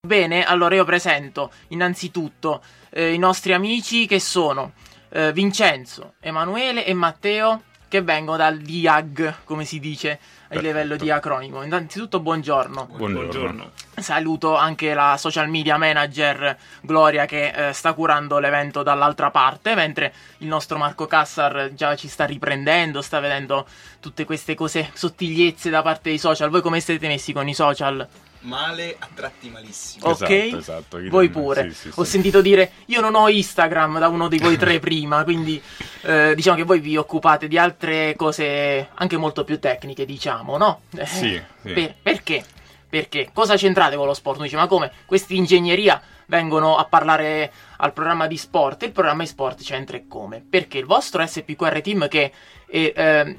Bene, allora io presento innanzitutto i nostri amici che sono Vincenzo, Emanuele e Matteo, che vengono dal DIAG, come si dice a livello di acronimo. Innanzitutto buongiorno. Buongiorno. Saluto anche la social media manager Gloria che sta curando l'evento dall'altra parte, mentre il nostro Marco Cassar già ci sta riprendendo, sta vedendo tutte queste cose, sottigliezze da parte dei social. Voi come siete messi con i social? Male, a tratti malissimo. Ok, esatto. voi pure. Sì. Ho sentito dire, io non ho Instagram da uno di voi tre prima, quindi diciamo che voi vi occupate di altre cose anche molto più tecniche, diciamo, no? Sì. Perché? Perché? Cosa c'entrate con lo sport? Uno dice, ma come? Questi ingegneria vengono a parlare al programma di sport, e il programma di sport c'entra e come? Perché il vostro SPQR Team, che è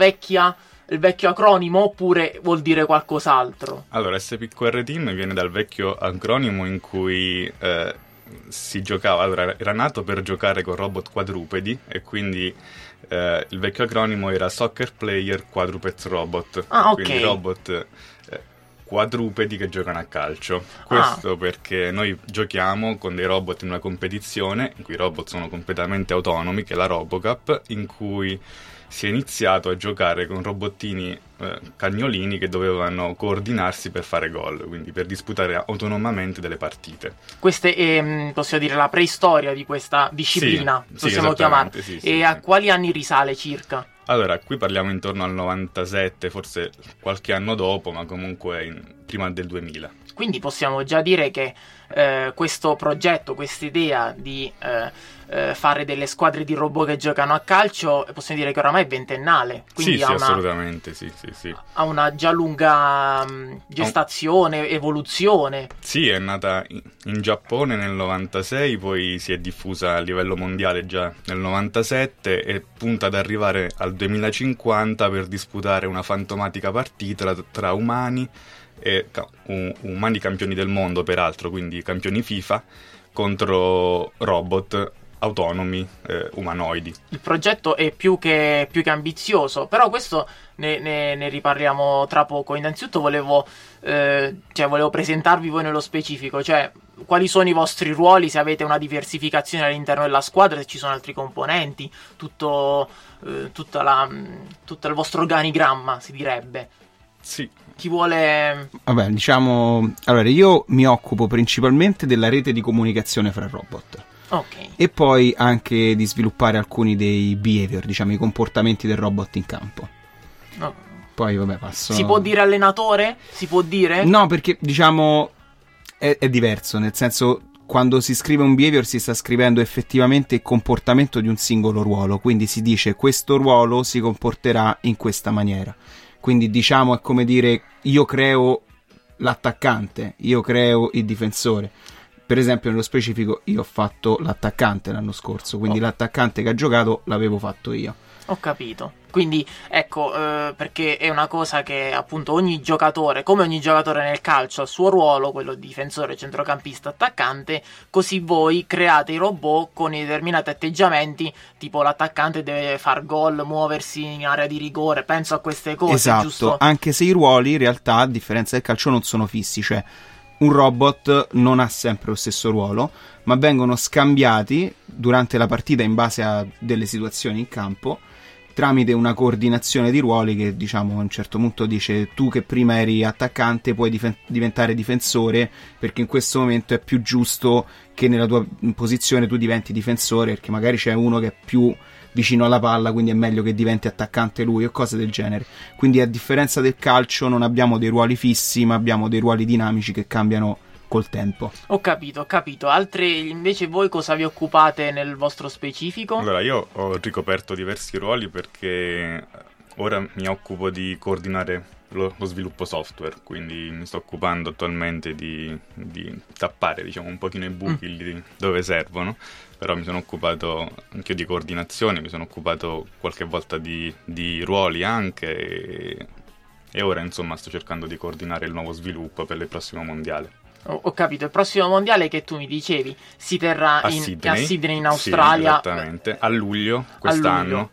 il vecchio acronimo, oppure vuol dire qualcos'altro? Allora, SPQR Team viene dal vecchio acronimo in cui si giocava, allora era nato per giocare con robot quadrupedi, e quindi il vecchio acronimo era Soccer Player Quadruped Robot. Ah, ok. Quindi robot quadrupedi che giocano a calcio. Questo perché noi giochiamo con dei robot in una competizione in cui i robot sono completamente autonomi, che è la RoboCup, in cui si è iniziato a giocare con robottini cagnolini che dovevano coordinarsi per fare gol, quindi per disputare autonomamente delle partite. Questa è, possiamo dire, la preistoria di questa disciplina, possiamo chiamarla. Sì, a quali anni risale circa? Allora, qui parliamo intorno al 97, forse qualche anno dopo, ma comunque prima del 2000. Quindi possiamo già dire che questo progetto, questa idea di fare delle squadre di robot che giocano a calcio, possiamo dire che oramai è ventennale. Quindi sì, assolutamente, sì. Ha una già lunga gestazione, evoluzione. Sì, è nata in Giappone nel 96, poi si è diffusa a livello mondiale già nel 97 e punta ad arrivare al 2050 per disputare una fantomatica partita tra umani e umani campioni del mondo, peraltro, quindi campioni FIFA, contro robot autonomi umanoidi. Il progetto è più che ambizioso, però questo ne riparliamo tra poco. Innanzitutto volevo presentarvi voi nello specifico, cioè quali sono i vostri ruoli, se avete una diversificazione all'interno della squadra, se ci sono altri componenti, tutto il vostro organigramma, si direbbe. Sì. Chi vuole... Vabbè, diciamo... Allora, io mi occupo principalmente della rete di comunicazione fra robot. Ok. E poi anche di sviluppare alcuni dei behavior, diciamo, i comportamenti del robot in campo. No. Poi, vabbè, passo... Si può dire allenatore? Si può dire? No, perché, diciamo, è diverso, nel senso... Quando si scrive un behavior si sta scrivendo effettivamente il comportamento di un singolo ruolo, quindi si dice questo ruolo si comporterà in questa maniera. Quindi diciamo è come dire io creo l'attaccante, io creo il difensore. Per esempio nello specifico io ho fatto l'attaccante l'anno scorso, quindi l'attaccante che ha giocato l'avevo fatto io. Ho capito. Quindi ecco, perché è una cosa che appunto ogni giocatore, come ogni giocatore nel calcio, ha il suo ruolo, quello di difensore, centrocampista, attaccante, così voi create i robot con i determinati atteggiamenti, tipo l'attaccante deve far gol, muoversi in area di rigore, penso a queste cose, esatto, giusto? Anche se i ruoli in realtà, a differenza del calcio, non sono fissi, cioè un robot non ha sempre lo stesso ruolo, ma vengono scambiati durante la partita in base a delle situazioni in campo, tramite una coordinazione di ruoli che, diciamo, a un certo punto dice tu che prima eri attaccante puoi diventare difensore, perché in questo momento è più giusto che nella tua posizione tu diventi difensore, perché magari c'è uno che è più vicino alla palla, quindi è meglio che diventi attaccante lui o cose del genere. Quindi a differenza del calcio non abbiamo dei ruoli fissi, ma abbiamo dei ruoli dinamici che cambiano col tempo. Ho capito. Altre, invece, voi cosa vi occupate nel vostro specifico? Allora, io ho ricoperto diversi ruoli perché ora mi occupo di coordinare lo sviluppo software, quindi mi sto occupando attualmente di tappare, diciamo, un pochino i buchi dove servono, però mi sono occupato anche io di coordinazione, mi sono occupato qualche volta di ruoli anche e ora, insomma, sto cercando di coordinare il nuovo sviluppo per il prossimo mondiale. Ho capito, il prossimo mondiale che tu mi dicevi si terrà a Sydney in Australia. Sì, esattamente, a luglio quest'anno.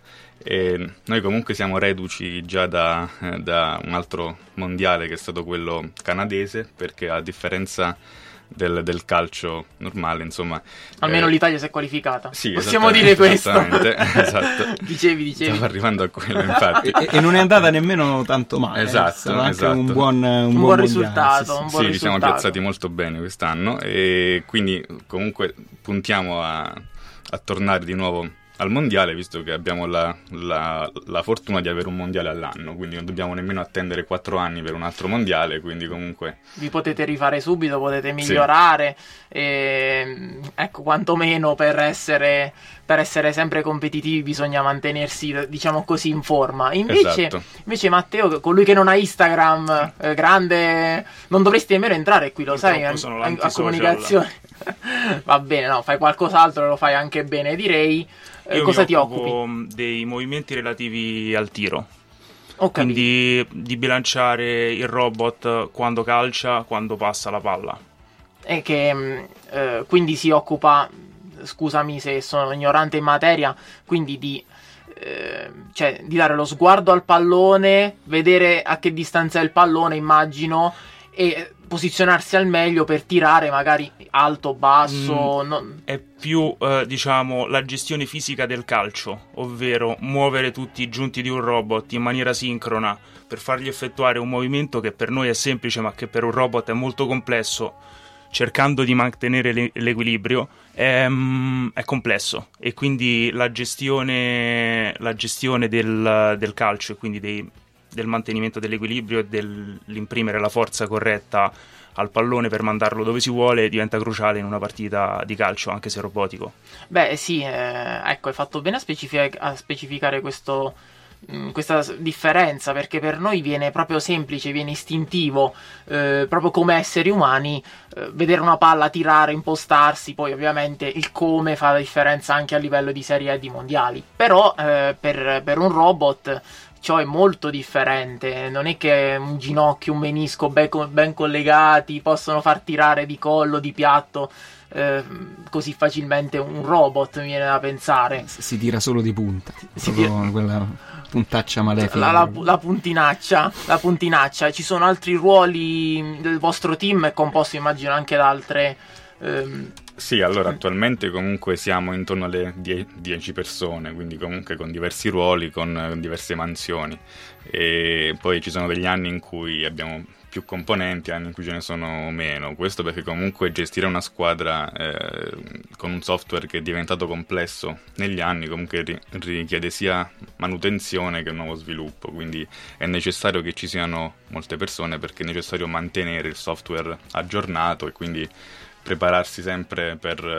E noi comunque siamo reduci già da un altro mondiale che è stato quello canadese, perché a differenza del calcio normale, insomma. Almeno l'Italia si è qualificata. Sì, possiamo dire questo. Esatto. dicevi. Stavo arrivando a quello, infatti. E non è andata nemmeno tanto male. Esatto, anche un buon risultato. Sì, ci siamo piazzati molto bene quest'anno e quindi comunque puntiamo a tornare di nuovo al mondiale, visto che abbiamo la fortuna di avere un mondiale all'anno, quindi non dobbiamo nemmeno attendere 4 anni per un altro mondiale, quindi comunque vi potete rifare subito, potete migliorare, sì. Ecco, quantomeno per essere sempre competitivi bisogna mantenersi, diciamo così, in forma. Invece Matteo, colui che non ha Instagram, grande, non dovresti nemmeno entrare qui, lo sai, a comunicazione. Va bene, no, fai qualcos'altro, lo fai anche bene, direi. Cosa ti occupi? Dei movimenti relativi al tiro. Quindi di bilanciare il robot quando calcia, quando passa la palla. E che quindi si occupa, scusami se sono ignorante in materia, quindi di dare lo sguardo al pallone, vedere a che distanza è il pallone, immagino, e posizionarsi al meglio per tirare, magari alto, basso. È più diciamo la gestione fisica del calcio, ovvero muovere tutti i giunti di un robot in maniera sincrona per fargli effettuare un movimento che per noi è semplice ma che per un robot è molto complesso, cercando di mantenere l'equilibrio. È complesso, e quindi la gestione del calcio e quindi del mantenimento dell'equilibrio e dell'imprimere la forza corretta al pallone per mandarlo dove si vuole diventa cruciale in una partita di calcio, anche se robotico. Beh sì, ecco, hai fatto bene a specificare questa differenza, perché per noi viene proprio semplice, viene istintivo, proprio come esseri umani, vedere una palla, tirare, impostarsi. Poi ovviamente il come fa la differenza anche a livello di serie e di mondiali, però per un robot ciò è molto differente. Non è che un ginocchio, un menisco ben collegati possono far tirare di collo, di piatto così facilmente un robot, mi viene da pensare. Si tira solo di punta, quella puntaccia malefica, la puntinaccia. Ci sono altri ruoli? Del vostro team è composto, immagino, anche da altre Sì, allora attualmente comunque siamo intorno alle 10 persone, quindi comunque con diversi ruoli, con diverse mansioni, e poi ci sono degli anni in cui abbiamo più componenti, anni in cui ce ne sono meno. Questo perché comunque gestire una squadra con un software che è diventato complesso negli anni comunque richiede sia manutenzione che nuovo sviluppo, quindi è necessario che ci siano molte persone, perché è necessario mantenere il software aggiornato e quindi prepararsi sempre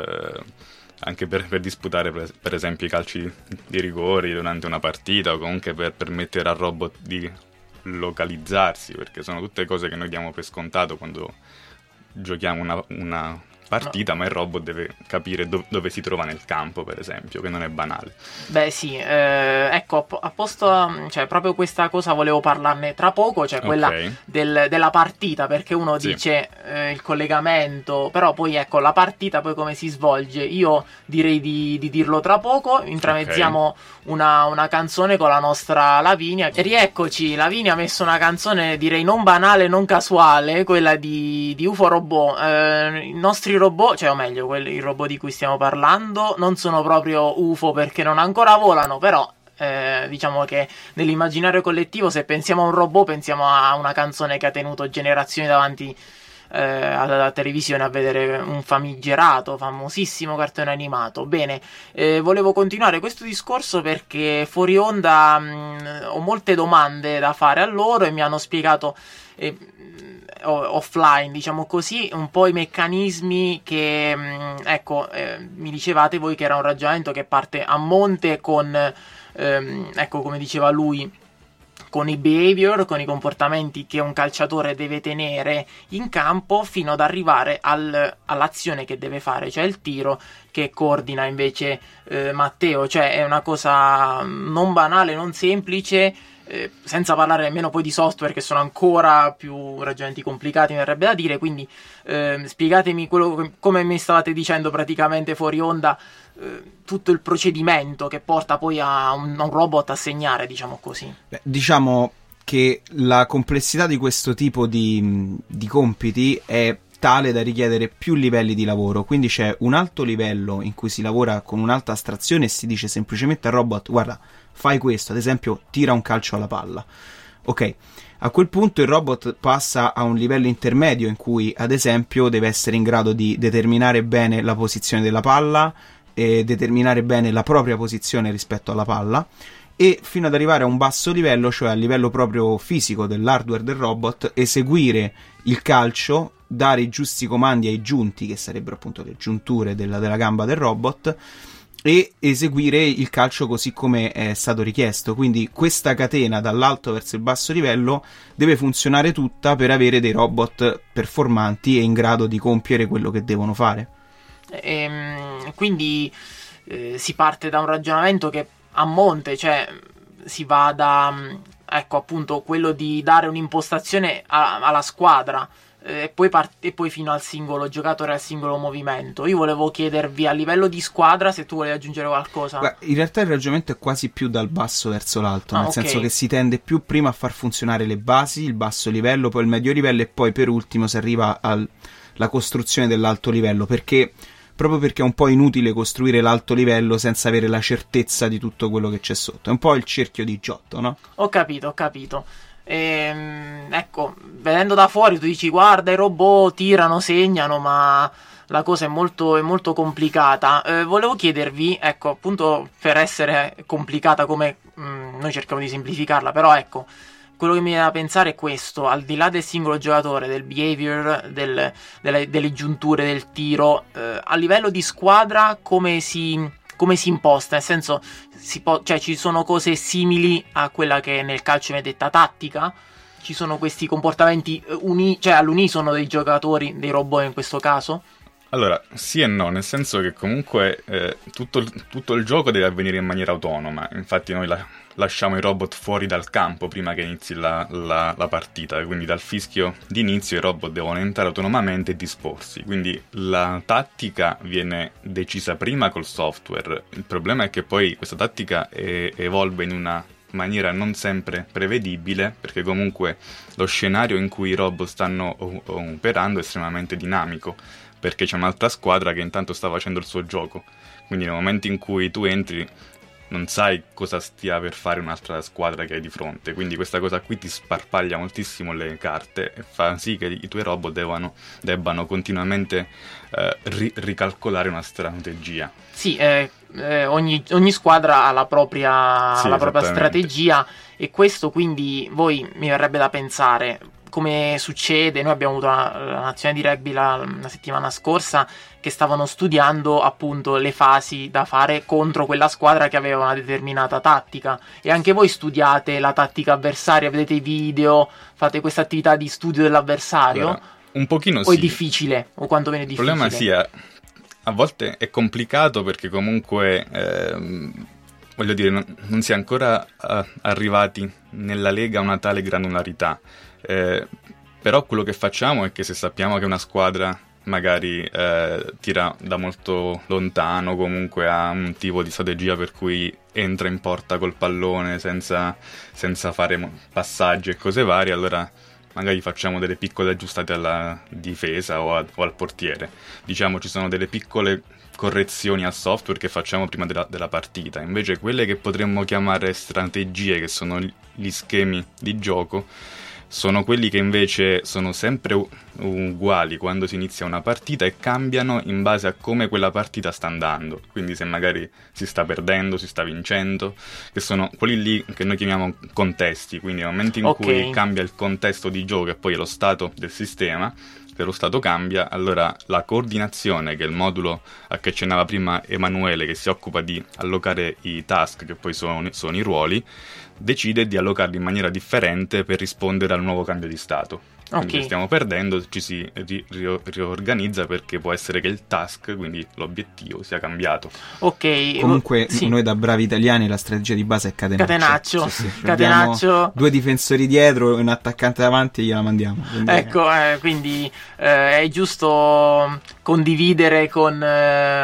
anche per disputare per esempio i calci di rigori durante una partita, o comunque per permettere al robot di localizzarsi, perché sono tutte cose che noi diamo per scontato quando giochiamo una partita, ma il robot deve capire dove si trova nel campo, per esempio, che non è banale. Beh sì, ecco, apposta, cioè proprio questa cosa volevo parlarne tra poco, cioè quella della partita, perché uno dice il collegamento, però poi ecco la partita poi come si svolge, io direi di dirlo tra poco. Intramezziamo una canzone con la nostra Lavinia, e rieccoci. Lavinia ha messo una canzone, direi non banale, non casuale, quella di UFO Robot. I nostri robot, cioè o meglio i robot di cui stiamo parlando non sono proprio UFO perché non ancora volano, però diciamo che nell'immaginario collettivo, se pensiamo a un robot pensiamo a una canzone che ha tenuto generazioni davanti alla televisione a vedere un famigerato, famosissimo cartone animato. Bene, volevo continuare questo discorso perché fuori onda ho molte domande da fare a loro e mi hanno spiegato offline, diciamo così, un po' i meccanismi che mi dicevate voi che era un ragionamento che parte a monte con come diceva lui, con i behavior, con i comportamenti che un calciatore deve tenere in campo, fino ad arrivare all'azione che deve fare, cioè il tiro, che coordina invece Matteo. Cioè è una cosa non banale, non semplice, senza parlare nemmeno poi di software che sono ancora più ragionamenti complicati, mi verrebbe da dire. Quindi spiegatemi come mi stavate dicendo praticamente fuori onda, tutto il procedimento che porta poi a un robot a segnare, diciamo così. Diciamo che la complessità di questo tipo di compiti è tale da richiedere più livelli di lavoro, quindi c'è un alto livello in cui si lavora con un'alta astrazione e si dice semplicemente al robot: guarda, fai questo, ad esempio tira un calcio alla palla. Ok, a quel punto il robot passa a un livello intermedio in cui ad esempio deve essere in grado di determinare bene la posizione della palla e determinare bene la propria posizione rispetto alla palla, e fino ad arrivare a un basso livello, cioè a livello proprio fisico dell'hardware del robot, eseguire il calcio, dare i giusti comandi ai giunti, che sarebbero appunto le giunture della gamba del robot, e eseguire il calcio così come è stato richiesto. Quindi questa catena dall'alto verso il basso livello deve funzionare tutta per avere dei robot performanti e in grado di compiere quello che devono fare. Quindi si parte da un ragionamento che a monte, cioè si va da, ecco appunto, quello di dare un'impostazione alla squadra, e poi fino al singolo giocatore, al singolo movimento. Io volevo chiedervi a livello di squadra se tu volevi aggiungere qualcosa. Beh, in realtà il ragionamento è quasi più dal basso verso l'alto, nel ok. senso che si tende più prima a far funzionare le basi, il basso livello, poi il medio livello e poi per ultimo si arriva alla costruzione dell'alto livello, proprio perché è un po' inutile costruire l'alto livello senza avere la certezza di tutto quello che c'è sotto. È un po' il cerchio di Giotto, no? Ho capito. Ecco, vedendo da fuori tu dici: guarda, i robot tirano, segnano, ma la cosa è molto complicata. Volevo chiedervi, ecco, appunto, per essere complicata come noi cerchiamo di semplificarla, però ecco, quello che mi viene da pensare è questo: al di là del singolo giocatore, del behavior, delle giunture, del tiro, a livello di squadra come si imposta? Nel senso, cioè, ci sono cose simili a quella che nel calcio viene detta tattica? Ci sono questi comportamenti cioè all'unisono dei giocatori, dei robot in questo caso? Allora, sì e no, nel senso che comunque tutto il gioco deve avvenire in maniera autonoma. Infatti noi lasciamo i robot fuori dal campo prima che inizi la partita, quindi dal fischio di inizio i robot devono entrare autonomamente e disporsi. Quindi la tattica viene decisa prima col software. Il problema è che poi questa tattica evolve in una maniera non sempre prevedibile, perché comunque lo scenario in cui i robot stanno operando è estremamente dinamico, perché c'è un'altra squadra che intanto sta facendo il suo gioco. Quindi nel momento in cui tu entri non sai cosa stia per fare un'altra squadra che hai di fronte, quindi questa cosa qui ti sparpaglia moltissimo le carte e fa sì che i tuoi robot debbano continuamente ricalcolare una strategia. Sì, ogni squadra ha la propria strategia, e questo quindi mi verrebbe da pensare come succede. Noi abbiamo avuto la nazionale di rugby la settimana scorsa, che stavano studiando appunto le fasi da fare contro quella squadra che aveva una determinata tattica, e anche voi studiate la tattica avversaria, vedete i video, fate questa attività di studio dell'avversario? Allora, un pochino o è difficile, o quantomeno è difficile? Il problema a volte è complicato perché comunque voglio dire, non si è ancora arrivati nella lega a una tale granularità, però quello che facciamo è che se sappiamo che una squadra magari tira da molto lontano, comunque ha un tipo di strategia per cui entra in porta col pallone senza fare passaggi e cose varie, allora magari facciamo delle piccole aggiustate alla difesa o al portiere. Diciamo, ci sono delle piccole correzioni al software che facciamo prima della partita. Invece quelle che potremmo chiamare strategie, che sono gli schemi di gioco, sono quelli che invece sono sempre uguali quando si inizia una partita e cambiano in base a come quella partita sta andando. Quindi se magari si sta perdendo, si sta vincendo, che sono quelli lì che noi chiamiamo contesti. Quindi nel momento in cui cambia il contesto di gioco e poi è lo stato del sistema, se lo stato cambia, allora la coordinazione, che è il modulo a che accennava prima Emanuele, che si occupa di allocare i task, che poi sono i ruoli, decide di allocarli in maniera differente per rispondere al nuovo cambio di stato. Quindi se stiamo perdendo, ci si riorganizza, perché può essere che il task, quindi l'obiettivo, sia cambiato. Comunque noi da bravi italiani la strategia di base è catenaccio. Catenaccio. Due difensori dietro e un attaccante davanti e gliela mandiamo. Quindi quindi è giusto condividere con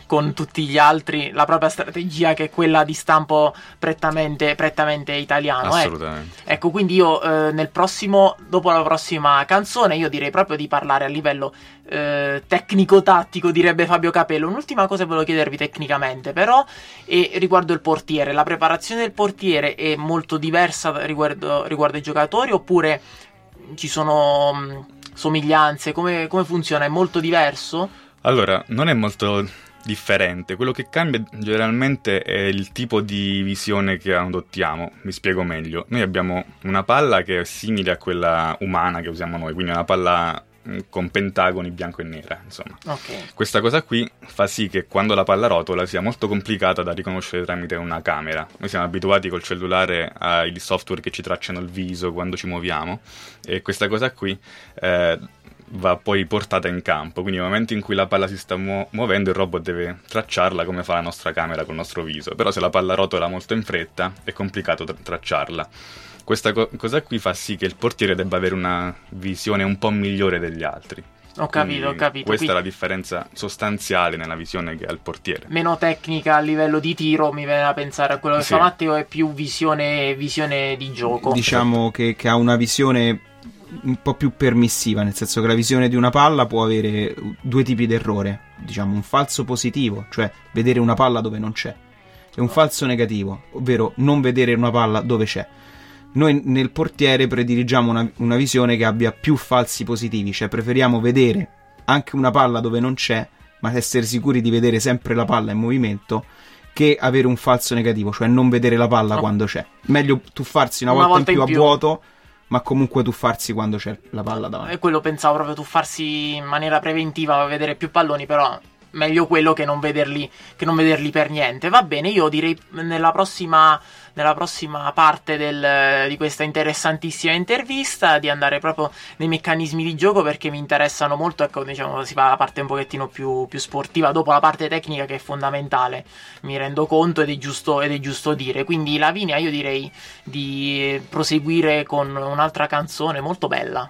con tutti gli altri la propria strategia, che è quella di stampo prettamente italiano. Assolutamente. Ecco, quindi io dopo la prossima canzone, io direi proprio di parlare a livello tecnico-tattico, direbbe Fabio Capello. Un'ultima cosa che volevo chiedervi tecnicamente, però, è riguardo il portiere. La preparazione del portiere è molto diversa riguardo ai giocatori, oppure ci sono somiglianze? Come funziona? È molto diverso? Allora, non è molto differente. Quello che cambia generalmente è il tipo di visione che adottiamo. Mi spiego meglio. Noi abbiamo una palla che è simile a quella umana che usiamo noi, quindi una palla con pentagoni bianco e nera, insomma. Okay. Questa cosa qui fa sì che quando la palla rotola sia molto complicata da riconoscere tramite una camera. Noi siamo abituati col cellulare ai software che ci tracciano il viso quando ci muoviamo, e questa cosa qui va poi portata in campo, quindi nel momento in cui la palla si sta muovendo, il robot deve tracciarla come fa la nostra camera col nostro viso. Però se la palla rotola molto in fretta è complicato tracciarla. Questa cosa qui fa sì che il portiere debba avere una visione un po' migliore degli altri. Ho capito. Questa è la differenza sostanziale nella visione che ha il portiere. Meno tecnica a livello di tiro, mi viene da pensare a quello che fa Matteo, è più visione di gioco. Diciamo che ha una visione un po' più permissiva, nel senso che la visione di una palla può avere due tipi di errore. Diciamo un falso positivo, cioè vedere una palla dove non c'è, e un falso negativo, ovvero non vedere una palla dove c'è. Noi nel portiere prediligiamo una visione che abbia più falsi positivi, cioè preferiamo vedere anche una palla dove non c'è, ma essere sicuri di vedere sempre la palla in movimento, che avere un falso negativo, cioè non vedere la palla quando c'è. Meglio tuffarsi una volta in più a vuoto, ma comunque tuffarsi quando c'è la palla davanti. E quello pensavo, proprio tuffarsi in maniera preventiva, vedere più palloni, però meglio quello che non vederli per niente. Va bene, io direi nella prossima parte di questa interessantissima intervista di andare proprio nei meccanismi di gioco, perché mi interessano molto. Ecco, diciamo, si va alla parte un pochettino più sportiva dopo la parte tecnica, che è fondamentale, mi rendo conto, ed è giusto dire. Quindi Lavinia, io direi di proseguire con un'altra canzone molto bella,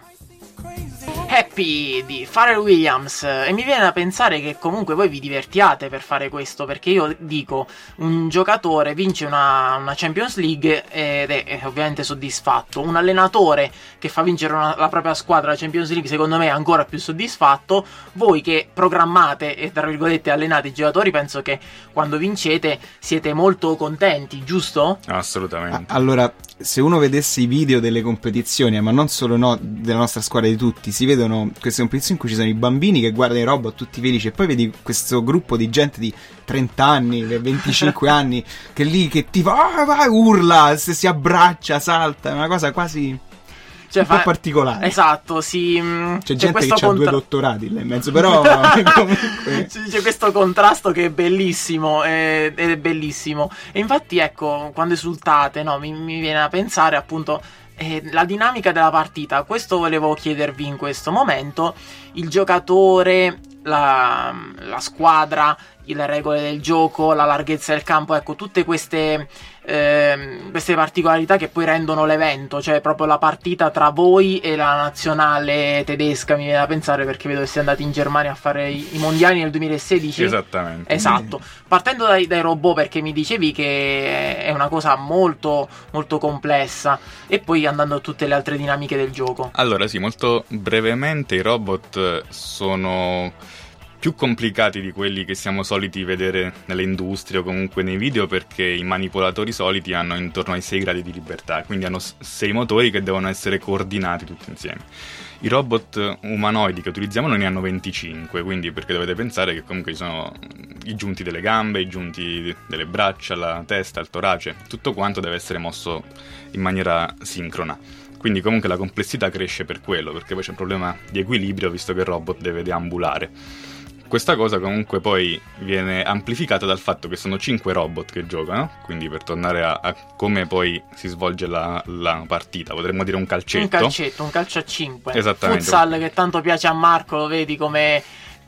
Happy di Pharrell Williams, e mi viene da pensare che comunque voi vi divertiate per fare questo, perché io dico, un giocatore vince una Champions League ed è ovviamente soddisfatto, un allenatore che fa vincere la propria squadra la Champions League secondo me è ancora più soddisfatto. Voi che programmate e tra virgolette allenate i giocatori, penso che quando vincete siete molto contenti, giusto? Assolutamente. Allora, se uno vedesse i video delle competizioni, ma non solo della nostra squadra, di tutti, si vedono queste competizioni in cui ci sono i bambini che guardano i robot tutti felici, e poi vedi questo gruppo di gente di 30 anni, 25 anni, che lì che ti fa vai, urla, si abbraccia, salta, è una cosa quasi un po' particolare. Esatto, c'è gente che ha 2 dottorati là in mezzo, però comunque c'è questo contrasto che è bellissimo, ed è bellissimo. E infatti, ecco, quando esultate, no, mi viene a pensare appunto la dinamica della partita. Questo volevo chiedervi in questo momento: il giocatore, la squadra, le regole del gioco, la larghezza del campo, ecco, tutte queste particolarità che poi rendono l'evento, cioè proprio la partita tra voi e la nazionale tedesca, mi viene da pensare, perché vedo che siete andati in Germania a fare i mondiali nel 2016. Esattamente. Esatto. Partendo dai robot, perché mi dicevi che è una cosa molto molto complessa, e poi andando a tutte le altre dinamiche del gioco. Allora sì, molto brevemente, i robot sono più complicati di quelli che siamo soliti vedere nelle industrie o comunque nei video, perché i manipolatori soliti hanno intorno ai 6 gradi di libertà, quindi hanno 6 motori che devono essere coordinati tutti insieme. I robot umanoidi che utilizziamo noi ne hanno 25, quindi, perché dovete pensare che comunque ci sono i giunti delle gambe, i giunti delle braccia, la testa, il torace, tutto quanto deve essere mosso in maniera sincrona. Quindi comunque la complessità cresce per quello, perché poi c'è un problema di equilibrio, visto che il robot deve deambulare. Questa cosa comunque poi viene amplificata dal fatto che sono 5 robot che giocano, quindi per tornare a come poi si svolge la partita, potremmo dire un calcetto. Un calcio a 5. Esattamente. Futsal, che tanto piace a Marco, lo vedi come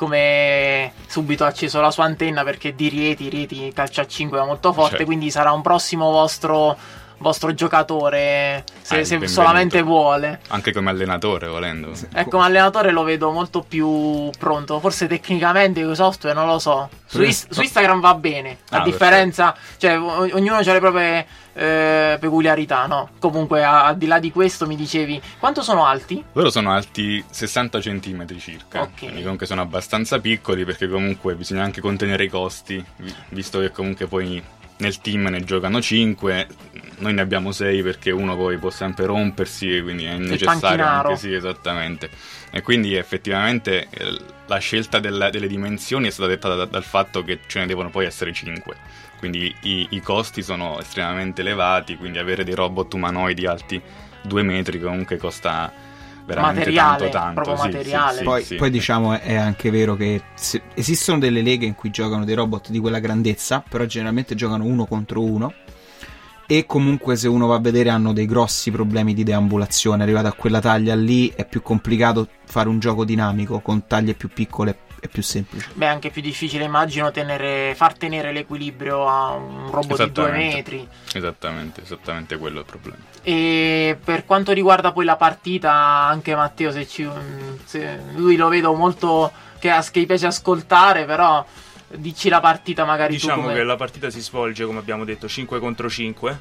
subito ha acceso la sua antenna, perché di Rieti calcio a 5 è molto forte, certo. Quindi sarà un prossimo vostro vostro giocatore, se benvenuto. solamente vuole. Anche come allenatore, volendo. Come allenatore lo vedo molto più pronto, forse tecnicamente con i software non lo so. Su Instagram va bene, a differenza, cioè ognuno ha le proprie peculiarità, no? Comunque al di là di questo mi dicevi, quanto sono alti? Loro sono alti 60 centimetri circa, Ok. quindi comunque sono abbastanza piccoli, perché comunque bisogna anche contenere i costi, visto che comunque poi nel team ne giocano 5, noi ne abbiamo 6 perché uno poi può sempre rompersi e quindi è necessario panchinaro. anche, sì, esattamente. E quindi effettivamente la scelta delle dimensioni è stata dettata dal fatto che ce ne devono poi essere 5. Quindi i costi sono estremamente elevati, quindi avere dei robot umanoidi alti 2 metri comunque costa veramente Materiale, tanto. proprio Sì, materiale. Poi diciamo è anche vero che esistono delle leghe in cui giocano dei robot di quella grandezza, però generalmente giocano 1 contro 1 e comunque se uno va a vedere hanno dei grossi problemi di deambulazione. Arrivato a quella taglia lì è più complicato fare un gioco dinamico, con taglie più piccole è più semplice. Beh, è anche più difficile, immagino, far tenere l'equilibrio a un robot di 2 metri. Esattamente quello è il problema. E per quanto riguarda poi la partita, anche Matteo, se lui lo vedo molto che gli piace ascoltare, però dici la partita magari diciamo tu che la partita si svolge, come abbiamo detto, 5 contro 5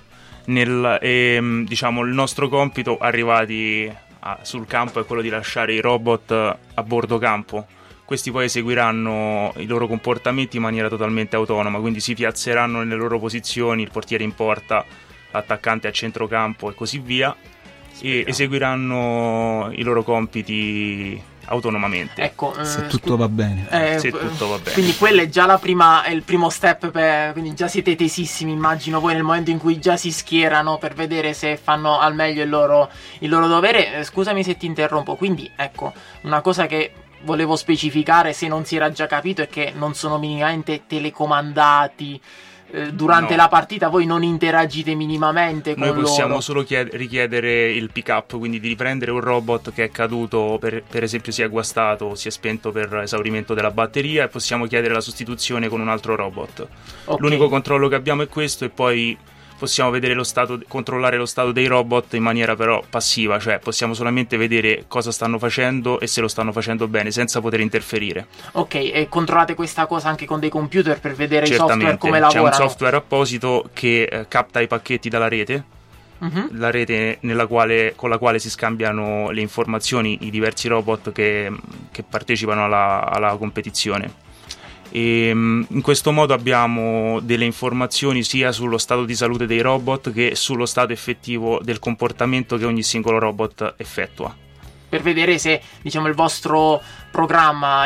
diciamo il nostro compito arrivati sul campo è quello di lasciare i robot a bordo campo. Questi poi eseguiranno i loro comportamenti in maniera totalmente autonoma, quindi si piazzeranno nelle loro posizioni, il portiere in porta, l'attaccante a centrocampo e così via, e eseguiranno i loro compiti autonomamente. Ecco, se tutto va bene. Se tutto va bene. Quindi quello è già è il primo step, quindi già siete tesissimi, immagino, poi nel momento in cui già si schierano per vedere se fanno al meglio il loro dovere. Scusami se ti interrompo, quindi ecco, una cosa che volevo specificare, se non si era già capito, è che non sono minimamente telecomandati. Durante la partita voi non interagite minimamente con loro. Noi possiamo solo richiedere il pick up, quindi di riprendere un robot che è caduto, per esempio si è guastato o si è spento per esaurimento della batteria, e possiamo chiedere la sostituzione con un altro robot. Okay. L'unico controllo che abbiamo è questo, e poi possiamo vedere controllare lo stato dei robot in maniera però passiva, cioè possiamo solamente vedere cosa stanno facendo e se lo stanno facendo bene, senza poter interferire. Ok, e controllate questa cosa anche con dei computer per vedere i software come lavorano? C'è un software apposito che capta i pacchetti dalla rete, la rete con la quale si scambiano le informazioni i diversi robot che partecipano alla competizione. E in questo modo abbiamo delle informazioni sia sullo stato di salute dei robot che sullo stato effettivo del comportamento che ogni singolo robot effettua, per vedere se, diciamo, il vostro programma,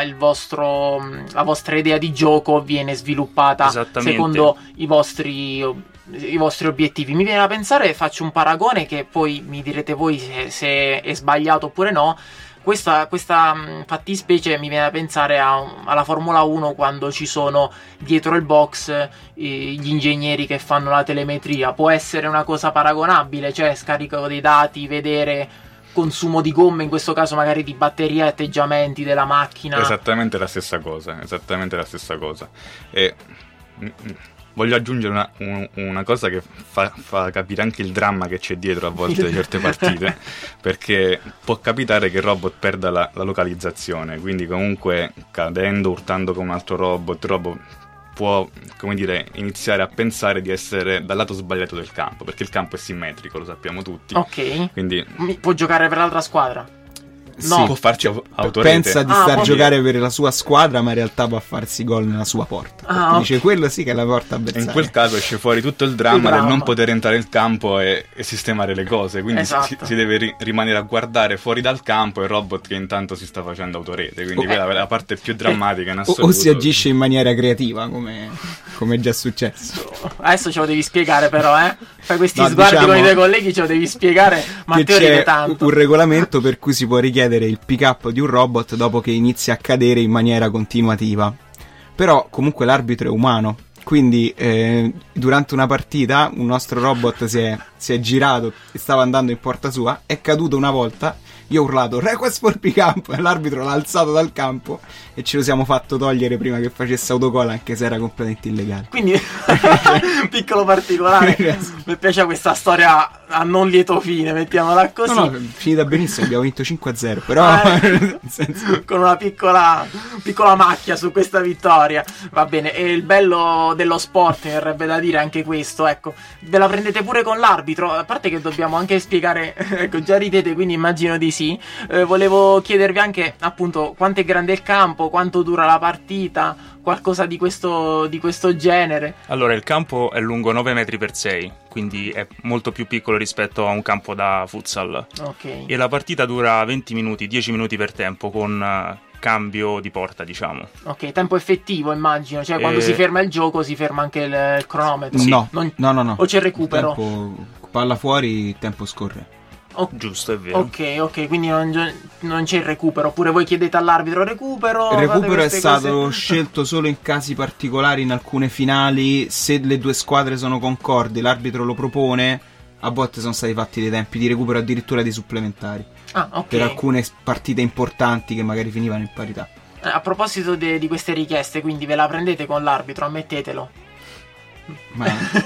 la vostra idea di gioco viene sviluppata secondo i vostri obiettivi. Mi viene da pensare, faccio un paragone che poi mi direte voi se è sbagliato oppure no. Questa fattispecie mi viene da pensare alla Formula 1, quando ci sono dietro il box gli ingegneri che fanno la telemetria. Può essere una cosa paragonabile, cioè scarico dei dati, vedere consumo di gomme, in questo caso magari di batteria e atteggiamenti della macchina. Esattamente la stessa cosa. E voglio aggiungere una cosa che fa capire anche il dramma che c'è dietro a volte di certe partite, perché può capitare che il robot perda la localizzazione, quindi comunque cadendo, urtando con un altro robot, il robot può, come dire, iniziare a pensare di essere dal lato sbagliato del campo, perché il campo è simmetrico, lo sappiamo tutti. Ok. Quindi può giocare per l'altra squadra? No. Sì, può farci autorete. Pensa di star giocare per la sua squadra, ma in realtà va a farsi gol nella sua porta. Dice quello sì che è la porta avversaria. In quel caso esce fuori tutto il dramma del non poter entrare nel campo e sistemare le cose. Quindi si deve rimanere a guardare fuori dal campo il robot che intanto si sta facendo autorete. Quindi quella è la parte più drammatica in assoluto. O si agisce in maniera creativa, come è già successo. Adesso ce lo devi spiegare, però, fai questi sguardi con i tuoi colleghi, ce lo devi spiegare. Matteo ride tanto. Un regolamento per cui si può richiedere il pick up di un robot dopo che inizia a cadere in maniera continuativa. Però comunque l'arbitro è umano, quindi durante una partita un nostro robot si è girato e stava andando in porta sua, è caduto una volta io ho urlato request for campo e l'arbitro l'ha alzato dal campo e ce lo siamo fatto togliere prima che facesse autogol, anche se era completamente illegale. Quindi un piccolo particolare, mi piace questa storia a non lieto fine, mettiamola così. No, finita benissimo, abbiamo vinto 5-0, però nel senso... con una piccola macchia su questa vittoria. Va bene, e il bello dello sport, mi verrebbe da dire anche questo, ecco, ve la prendete pure con l'arbitro, a parte che dobbiamo anche spiegare, ecco, già ridete, quindi immagino di sì. Volevo chiedervi anche, appunto, quanto è grande il campo, quanto dura la partita, qualcosa di questo genere. Allora, il campo è lungo 9 metri per 6, quindi è molto più piccolo rispetto a un campo da futsal. Ok. E la partita dura 20 minuti, 10 minuti per tempo, con cambio di porta, diciamo. Ok, tempo effettivo immagino, cioè quando si ferma il gioco si ferma anche il cronometro. Sì. No. O c'è il recupero? Palla fuori, il tempo scorre. Giusto, è vero. Ok, quindi non c'è il recupero. Oppure voi chiedete all'arbitro recupero. Il recupero è stato scelto solo in casi particolari, in alcune finali. Se le due squadre sono concordi, l'arbitro lo propone. A volte sono stati fatti dei tempi di recupero addirittura dei supplementari. Ok. Per alcune partite importanti che magari finivano in parità. A proposito di queste richieste, quindi ve la prendete con l'arbitro, ammettetelo. Ma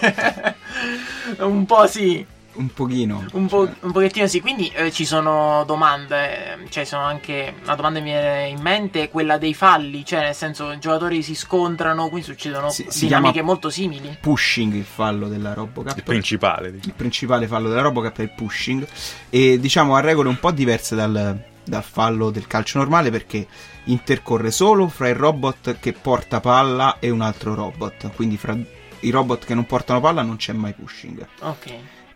un po' sì. un pochino. Un pochettino sì, quindi ci sono domande, cioè sono anche, una domanda mi viene in mente, quella dei falli, cioè nel senso i giocatori si scontrano, quindi succedono dinamiche molto simili. Pushing, il fallo della RoboCup. Il principale fallo della RoboCup è il pushing, e diciamo ha regole un po' diverse dal fallo del calcio normale, perché intercorre solo fra il robot che porta palla e un altro robot, quindi fra i robot che non portano palla non c'è mai pushing. Ok.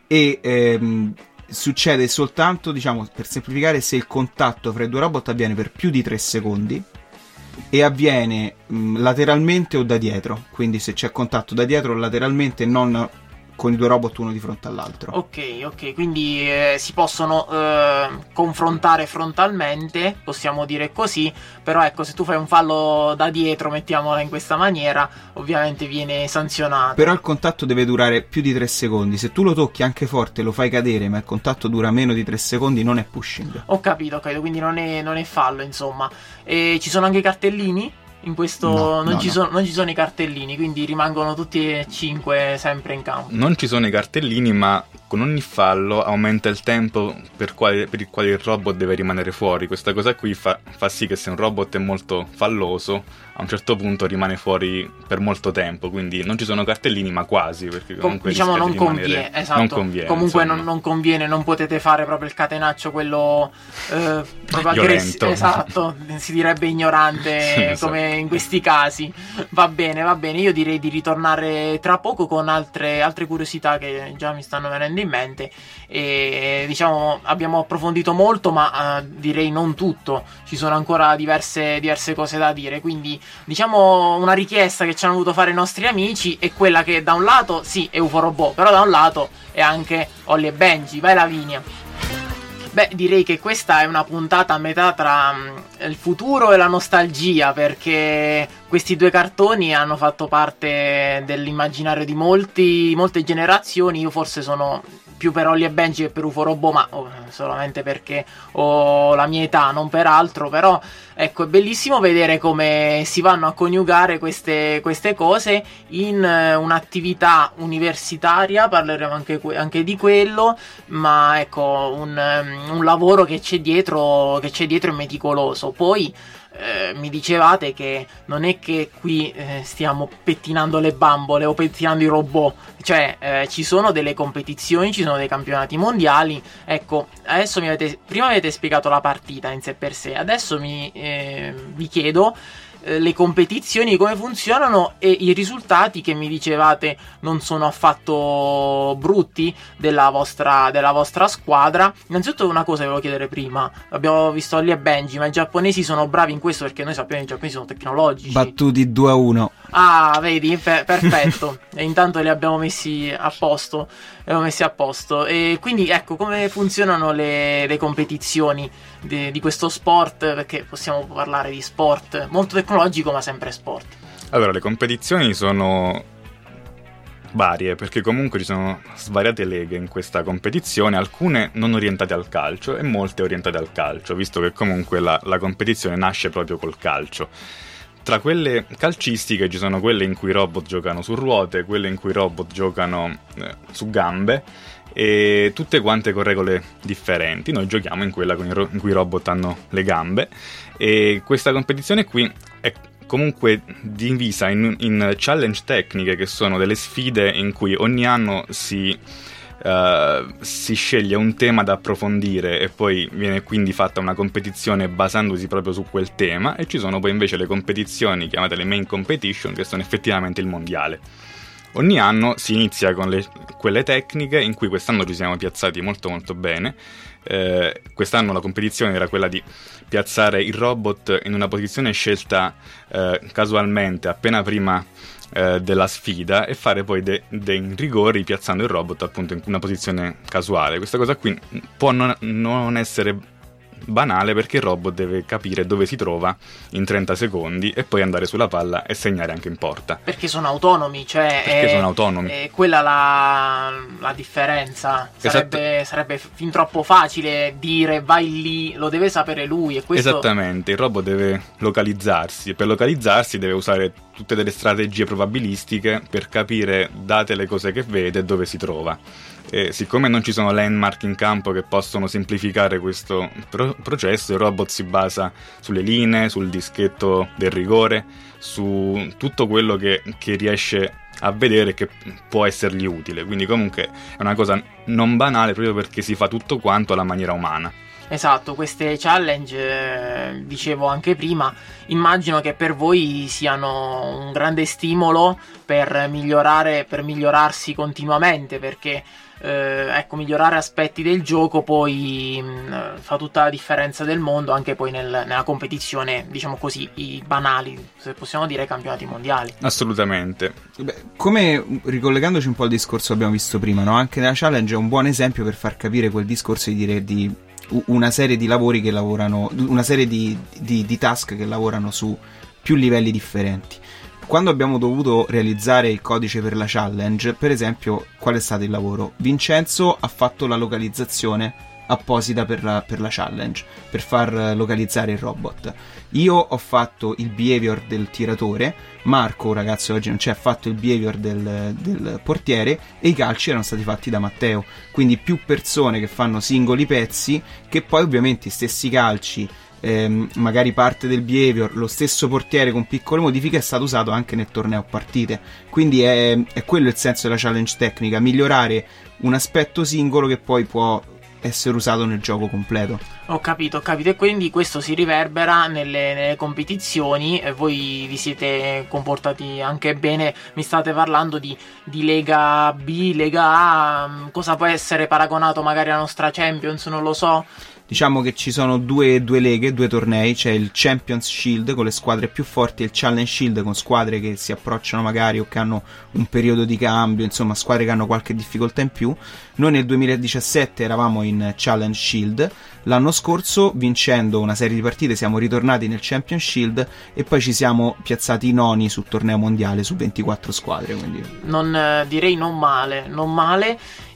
E succede soltanto, diciamo, per semplificare, se il contatto fra i due robot avviene per più di 3 secondi e avviene lateralmente o da dietro, quindi se c'è contatto da dietro o lateralmente, non con i due robot uno di fronte all'altro. Ok, quindi si possono confrontare frontalmente, possiamo dire così, però ecco, se tu fai un fallo da dietro, mettiamola in questa maniera, ovviamente viene sanzionato. Però il contatto deve durare più di 3 secondi, se tu lo tocchi anche forte, lo fai cadere, ma il contatto dura meno di 3 secondi, non è pushing. Ho capito, quindi non è fallo, insomma. E ci sono anche i cartellini? In questo non ci sono i cartellini, quindi rimangono tutti e 5 sempre in campo. Non ci sono i cartellini, ma con ogni fallo aumenta il tempo per il quale il robot deve rimanere fuori. Questa cosa qui fa sì che se un robot è molto falloso, a un certo punto rimane fuori per molto tempo. Quindi non ci sono cartellini, ma quasi, perché comunque diciamo non conviene, esatto. Non conviene, comunque non conviene, non potete fare proprio il catenaccio quello proprio violento. Esatto, si direbbe ignorante, sì, esatto. Come in questi casi. Va bene, io direi di ritornare tra poco con altre curiosità che già mi stanno venendo in mente, e diciamo abbiamo approfondito molto, ma direi non tutto, ci sono ancora diverse cose da dire, quindi diciamo una richiesta che ci hanno voluto fare i nostri amici è quella che da un lato sì è Uforobot, però da un lato è anche Holly e Benji. Vai Lavinia. Beh, direi che questa è una puntata a metà tra il futuro e la nostalgia, perché questi due cartoni hanno fatto parte dell'immaginario di molte generazioni. Io forse sono più per Holly e Benji che per Uforobot, ma solamente perché ho la mia età, non per altro. Però ecco, è bellissimo vedere come si vanno a coniugare queste cose in un'attività universitaria. Parleremo anche di quello, ma ecco, un lavoro che c'è dietro è meticoloso. Poi mi dicevate che non è che qui stiamo pettinando le bambole o pettinando i robot, cioè ci sono delle competizioni, ci sono dei campionati mondiali. Ecco, adesso prima avete spiegato la partita in sé per sé, adesso vi chiedo le competizioni, come funzionano, e i risultati che mi dicevate non sono affatto brutti della vostra squadra. Innanzitutto una cosa che volevo chiedere prima: abbiamo visto Holly e Benji, ma i giapponesi sono bravi in questo, perché noi sappiamo che i giapponesi sono tecnologici. Battuti 2-1. Ah, vedi, perfetto. E intanto li abbiamo messi a posto. E quindi ecco, come funzionano le competizioni di questo sport, perché possiamo parlare di sport molto tecnologico ma sempre sport. Allora, le competizioni sono varie, perché comunque ci sono svariate leghe in questa competizione, alcune non orientate al calcio e molte orientate al calcio, visto che comunque la competizione nasce proprio col calcio. Tra quelle calcistiche ci sono quelle in cui i robot giocano su ruote, quelle in cui i robot giocano su gambe, e tutte quante con regole differenti. Noi giochiamo in quella in cui i robot hanno le gambe, e questa competizione qui è comunque divisa in challenge tecniche, che sono delle sfide in cui ogni anno si sceglie un tema da approfondire e poi viene quindi fatta una competizione basandosi proprio su quel tema, e ci sono poi invece le competizioni chiamate le main competition, che sono effettivamente il mondiale. Ogni anno si inizia con quelle tecniche, in cui quest'anno ci siamo piazzati molto molto bene. Quest'anno la competizione era quella di piazzare il robot in una posizione scelta casualmente appena prima della sfida, e fare poi dei rigori piazzando il robot appunto in una posizione casuale. Questa cosa qui può non essere banale, perché il robot deve capire dove si trova in 30 secondi e poi andare sulla palla e segnare anche in porta. Perché sono autonomi, cioè sono autonomi. È quella la differenza. Sarebbe fin troppo facile dire vai lì, lo deve sapere lui, e questo... Esattamente, il robot deve localizzarsi, e per localizzarsi deve usare tutte delle strategie probabilistiche per capire, date le cose che vede, dove si trova. E siccome non ci sono landmark in campo che possono semplificare questo processo, il robot si basa sulle linee, sul dischetto del rigore, su tutto quello che riesce a vedere che può essergli utile. Quindi comunque è una cosa non banale, proprio perché si fa tutto quanto alla maniera umana. Esatto, queste challenge, dicevo anche prima, immagino che per voi siano un grande stimolo per migliorarsi continuamente, perché migliorare aspetti del gioco poi fa tutta la differenza del mondo, anche poi nella competizione, diciamo così, i banali, se possiamo dire, campionati mondiali. Assolutamente. Come, ricollegandoci un po' al discorso che abbiamo visto prima, no? Anche nella challenge è un buon esempio per far capire quel discorso di dire di una serie di lavori che lavorano, una serie di task che lavorano su più livelli differenti. Quando abbiamo dovuto realizzare il codice per la challenge, per esempio, qual è stato il lavoro? Vincenzo ha fatto la localizzazione apposita per la challenge, per far localizzare il robot. Io ho fatto il behavior del tiratore, Marco, un ragazzo oggi non c'è, ha fatto il behavior del portiere, e i calci erano stati fatti da Matteo. Quindi più persone che fanno singoli pezzi, che poi ovviamente i stessi calci, magari parte del behavior, lo stesso portiere con piccole modifiche, è stato usato anche nel torneo partite. Quindi è quello il senso della challenge tecnica, migliorare un aspetto singolo che poi può essere usato nel gioco completo. Ho capito, e quindi questo si riverbera nelle competizioni, e voi vi siete comportati anche bene. Mi state parlando di Lega B, Lega A, cosa può essere paragonato magari alla nostra Champions, non lo so. Diciamo che ci sono due leghe, due tornei, c'è il Champions Shield con le squadre più forti e il Challenge Shield con squadre che si approcciano magari o che hanno un periodo di cambio, insomma squadre che hanno qualche difficoltà in più. Noi nel 2017 eravamo in Challenge Shield, l'anno scorso vincendo una serie di partite siamo ritornati nel Champions Shield e poi ci siamo piazzati noni sul torneo mondiale su 24 squadre, quindi direi non male.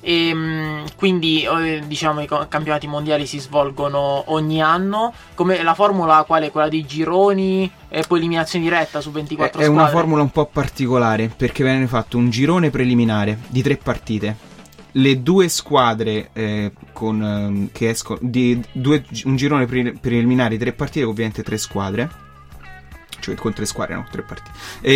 E quindi diciamo i campionati mondiali si svolgono ogni anno. Come la formula qual è? Quella dei gironi e poi eliminazione diretta su 24 squadre? È una formula un po' particolare, perché viene fatto un girone preliminare di 3 partite. Le due squadre che escono un girone preliminare di 3 partite, ovviamente 3 squadre, cioè con 3 squadre, no, 3 partite.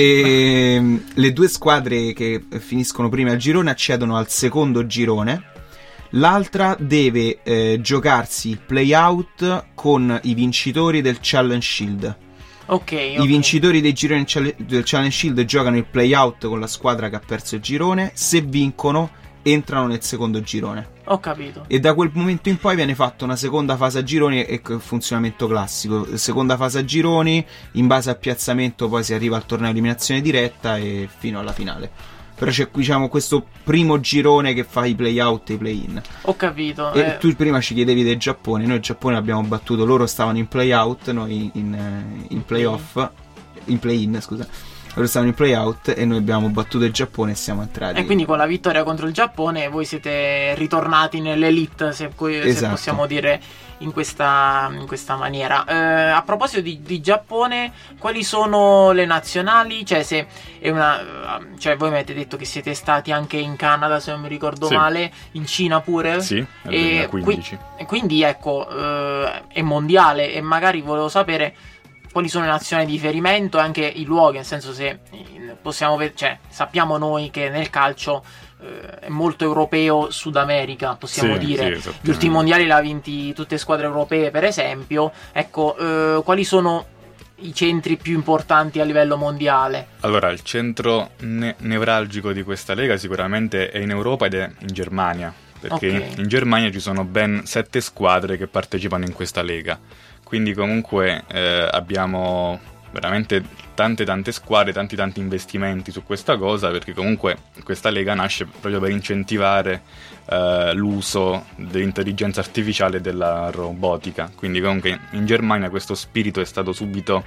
E le 2 squadre che finiscono prima al girone accedono al secondo girone. L'altra deve giocarsi il play-out con i vincitori del Challenge Shield. Okay. I vincitori dei gironi del Challenge Shield giocano il play-out con la squadra che ha perso il girone. Se vincono, entrano nel secondo girone. Ho capito. E da quel momento in poi viene fatta una seconda fase a gironi e funzionamento classico. Seconda fase a gironi, in base al piazzamento poi si arriva al torneo eliminazione diretta e fino alla finale. Però c'è, diciamo, questo primo girone che fa i play-out e i play-in. Ho capito. E tu prima ci chiedevi del Giappone. Noi il Giappone l'abbiamo battuto, loro stavano in play-out, noi in play-off, in play-in, scusa. loro stavano in play-out e noi abbiamo battuto il Giappone e siamo entrati. E quindi con la vittoria contro il Giappone voi siete ritornati nell'elite, se Esatto. possiamo dire in questa maniera. A proposito di Giappone, quali sono le nazionali? Cioè, se è cioè voi mi avete detto che siete stati anche in Canada, se non mi ricordo Sì. male, in Cina pure? Sì, nel E 2015. quindi ecco, è mondiale, e magari volevo sapere quali sono le nazioni di riferimento e anche i luoghi, nel senso, se possiamo cioè, sappiamo noi che nel calcio è molto europeo Sud America, possiamo Sì, dire. sì, esattamente. Gli ultimi mondiali li ha vinti tutte squadre europee, per esempio. Ecco, quali sono i centri più importanti a livello mondiale? Allora, il centro nevralgico di questa lega sicuramente è in Europa ed è in Germania, perché Ok. in Germania ci sono ben 7 squadre che partecipano in questa lega, quindi comunque abbiamo veramente tante squadre, tanti investimenti su questa cosa, perché comunque questa lega nasce proprio per incentivare l'uso dell'intelligenza artificiale e della robotica, quindi comunque in Germania questo spirito è stato subito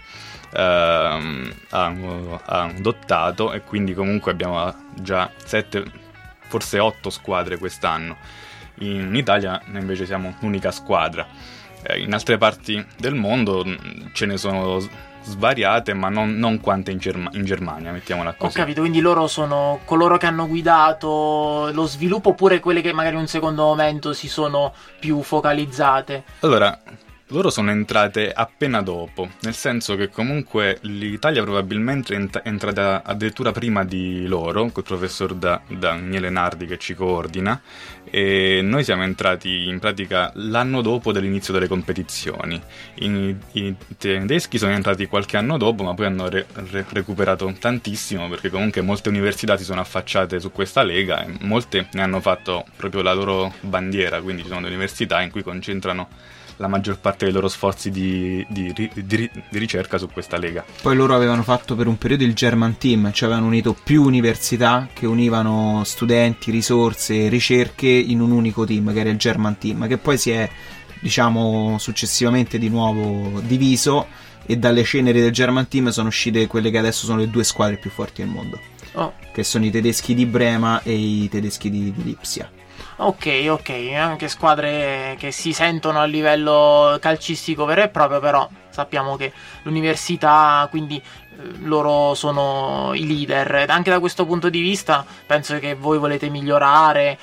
adottato, e quindi comunque abbiamo già 7, forse 8 squadre quest'anno. In Italia invece siamo l'unica squadra. In altre parti del mondo ce ne sono svariate, ma non quante in Germania, mettiamola Ho così. capito, quindi loro sono coloro che hanno guidato lo sviluppo, oppure quelle che magari in un secondo momento si sono più focalizzate? Allora, loro sono entrate appena dopo, nel senso che comunque l'Italia probabilmente è entrata addirittura prima di loro, col professor Daniele Nardi che ci coordina, e noi siamo entrati in pratica l'anno dopo dell'inizio delle competizioni. I tedeschi sono entrati qualche anno dopo, ma poi hanno recuperato tantissimo, perché comunque molte università si sono affacciate su questa lega e molte ne hanno fatto proprio la loro bandiera, quindi ci sono delle università in cui concentrano la maggior parte dei loro sforzi di ricerca su questa lega. Poi loro avevano fatto per un periodo il German Team, cioè avevano unito più università che univano studenti, risorse, ricerche in un unico team, che era il German Team, che poi si è, diciamo, successivamente di nuovo diviso, e dalle ceneri del German Team sono uscite quelle che adesso sono le 2 squadre più forti del mondo, che sono i tedeschi di Brema e i tedeschi di Lipsia. Ok, anche squadre che si sentono a livello calcistico vero e proprio, però sappiamo che l'università, quindi loro sono i leader. Ed anche da questo punto di vista penso che voi volete migliorare.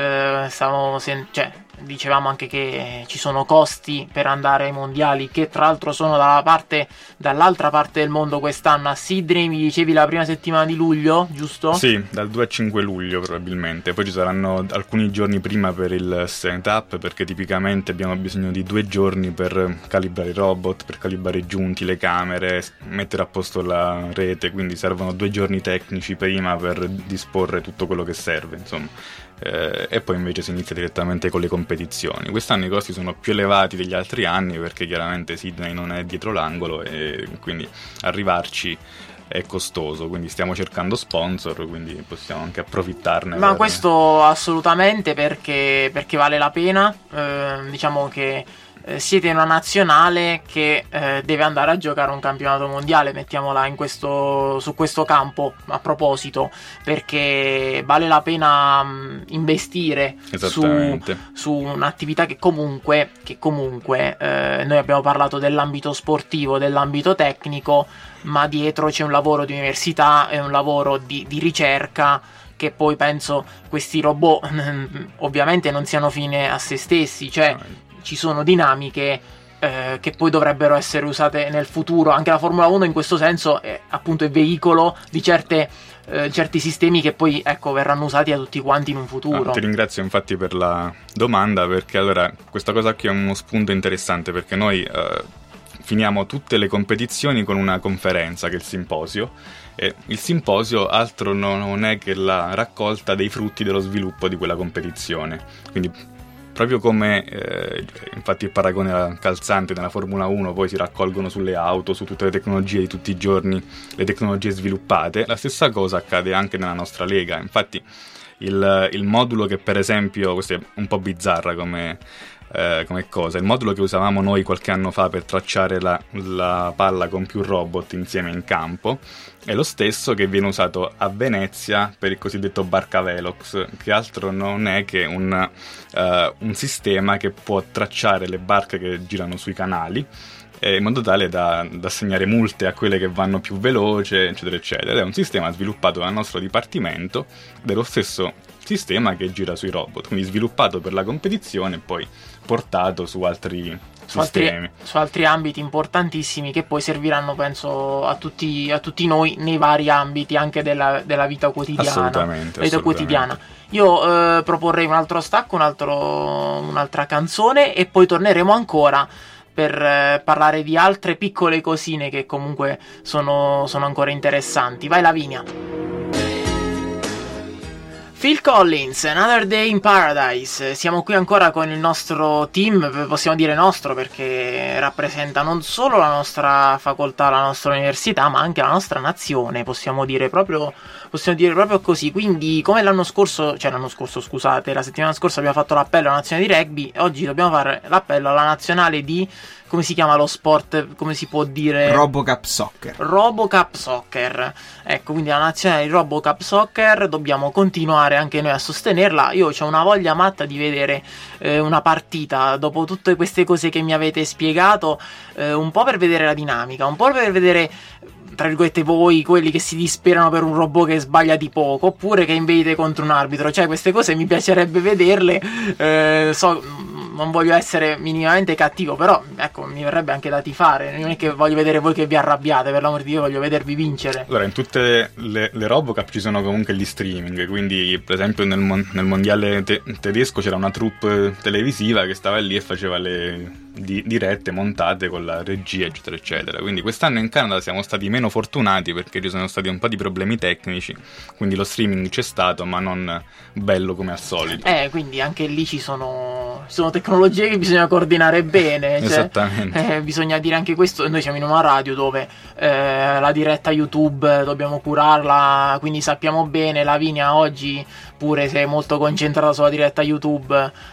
Dicevamo anche che ci sono costi per andare ai mondiali, che tra l'altro sono dall'altra parte del mondo quest'anno. A Sydney mi dicevi la prima settimana di luglio, giusto? Sì, dal 2 al 5 luglio probabilmente. Poi ci saranno alcuni giorni prima per il setup, perché tipicamente abbiamo bisogno di 2 giorni per calibrare i robot, per calibrare i giunti, le camere, mettere a posto la rete, quindi servono 2 giorni tecnici prima per disporre tutto quello che serve, insomma. E poi invece si inizia direttamente con le competizioni. Quest'anno i costi sono più elevati degli altri anni, perché chiaramente Sydney non è dietro l'angolo e quindi arrivarci è costoso, quindi stiamo cercando sponsor, quindi possiamo anche approfittarne. Ma questo assolutamente, perché vale la pena. Diciamo che siete una nazionale che deve andare a giocare un campionato mondiale, mettiamola su questo campo, a proposito, perché vale la pena investire su un'attività che comunque noi abbiamo parlato dell'ambito sportivo, dell'ambito tecnico, ma dietro c'è un lavoro di università e un lavoro di ricerca, che poi penso questi robot ovviamente non siano fine a se stessi, cioè ci sono dinamiche che poi dovrebbero essere usate nel futuro. Anche la Formula 1 in questo senso è appunto il veicolo di certi sistemi che poi verranno usati da tutti quanti in un futuro. Ti ringrazio infatti per la domanda, perché allora questa cosa qui è uno spunto interessante, perché noi finiamo tutte le competizioni con una conferenza che è il simposio, e il simposio altro non è che la raccolta dei frutti dello sviluppo di quella competizione. Quindi proprio come infatti il paragone era calzante, nella Formula 1 poi si raccolgono sulle auto, su tutte le tecnologie di tutti i giorni, le tecnologie sviluppate, la stessa cosa accade anche nella nostra lega. Infatti il modulo che, per esempio, questo è un po' bizzarra come come cosa. Il modulo che usavamo noi qualche anno fa per tracciare la palla con più robot insieme in campo è lo stesso che viene usato a Venezia per il cosiddetto Barcavelox, che altro non è che un sistema che può tracciare le barche che girano sui canali, in modo tale da assegnare multe a quelle che vanno più veloce, eccetera eccetera. Ed è un sistema sviluppato dal nostro dipartimento, dello stesso sistema che gira sui robot, quindi sviluppato per la competizione e poi portato su altri sistemi. Su altri ambiti importantissimi che poi serviranno, penso, a tutti noi nei vari ambiti anche della vita quotidiana. Assolutamente. Quotidiana. Io proporrei un altro stacco, un'altra canzone e poi torneremo ancora per parlare di altre piccole cosine che comunque sono ancora interessanti. Vai Lavinia. Phil Collins, Another Day in Paradise. Siamo qui ancora con il nostro team, possiamo dire nostro perché rappresenta non solo la nostra facoltà, la nostra università, ma anche la nostra nazione, possiamo dire proprio così. Quindi, come la settimana scorsa abbiamo fatto l'appello alla nazionale di rugby, oggi dobbiamo fare l'appello alla nazionale di, come si chiama lo sport, come si può dire? RoboCup Soccer. Ecco, quindi la nazionale di RoboCup Soccer dobbiamo continuare anche noi a sostenerla. Io ho una voglia matta di vedere una partita dopo tutte queste cose che mi avete spiegato, un po' per vedere la dinamica, un po' per vedere, tra virgolette, voi, quelli che si disperano per un robot che sbaglia di poco, oppure che inveite contro un arbitro. Cioè, queste cose mi piacerebbe vederle. Non voglio essere minimamente cattivo, però ecco, mi verrebbe anche da tifare. Non è che voglio vedere voi che vi arrabbiate, per l'amor di Dio, voglio vedervi vincere. Allora, in tutte le RoboCup ci sono comunque gli streaming, quindi per esempio nel mondiale tedesco c'era una troupe televisiva che stava lì e faceva le dirette montate con la regia, eccetera eccetera. Quindi quest'anno in Canada siamo stati meno fortunati perché ci sono stati un po' di problemi tecnici, quindi lo streaming c'è stato ma non bello come al solito. Quindi anche lì ci sono tecnologie che bisogna coordinare bene, cioè, esattamente. Bisogna dire anche questo. Noi siamo in una radio dove la diretta YouTube dobbiamo curarla, quindi sappiamo bene. Lavinia oggi pure si è molto concentrata sulla diretta YouTube,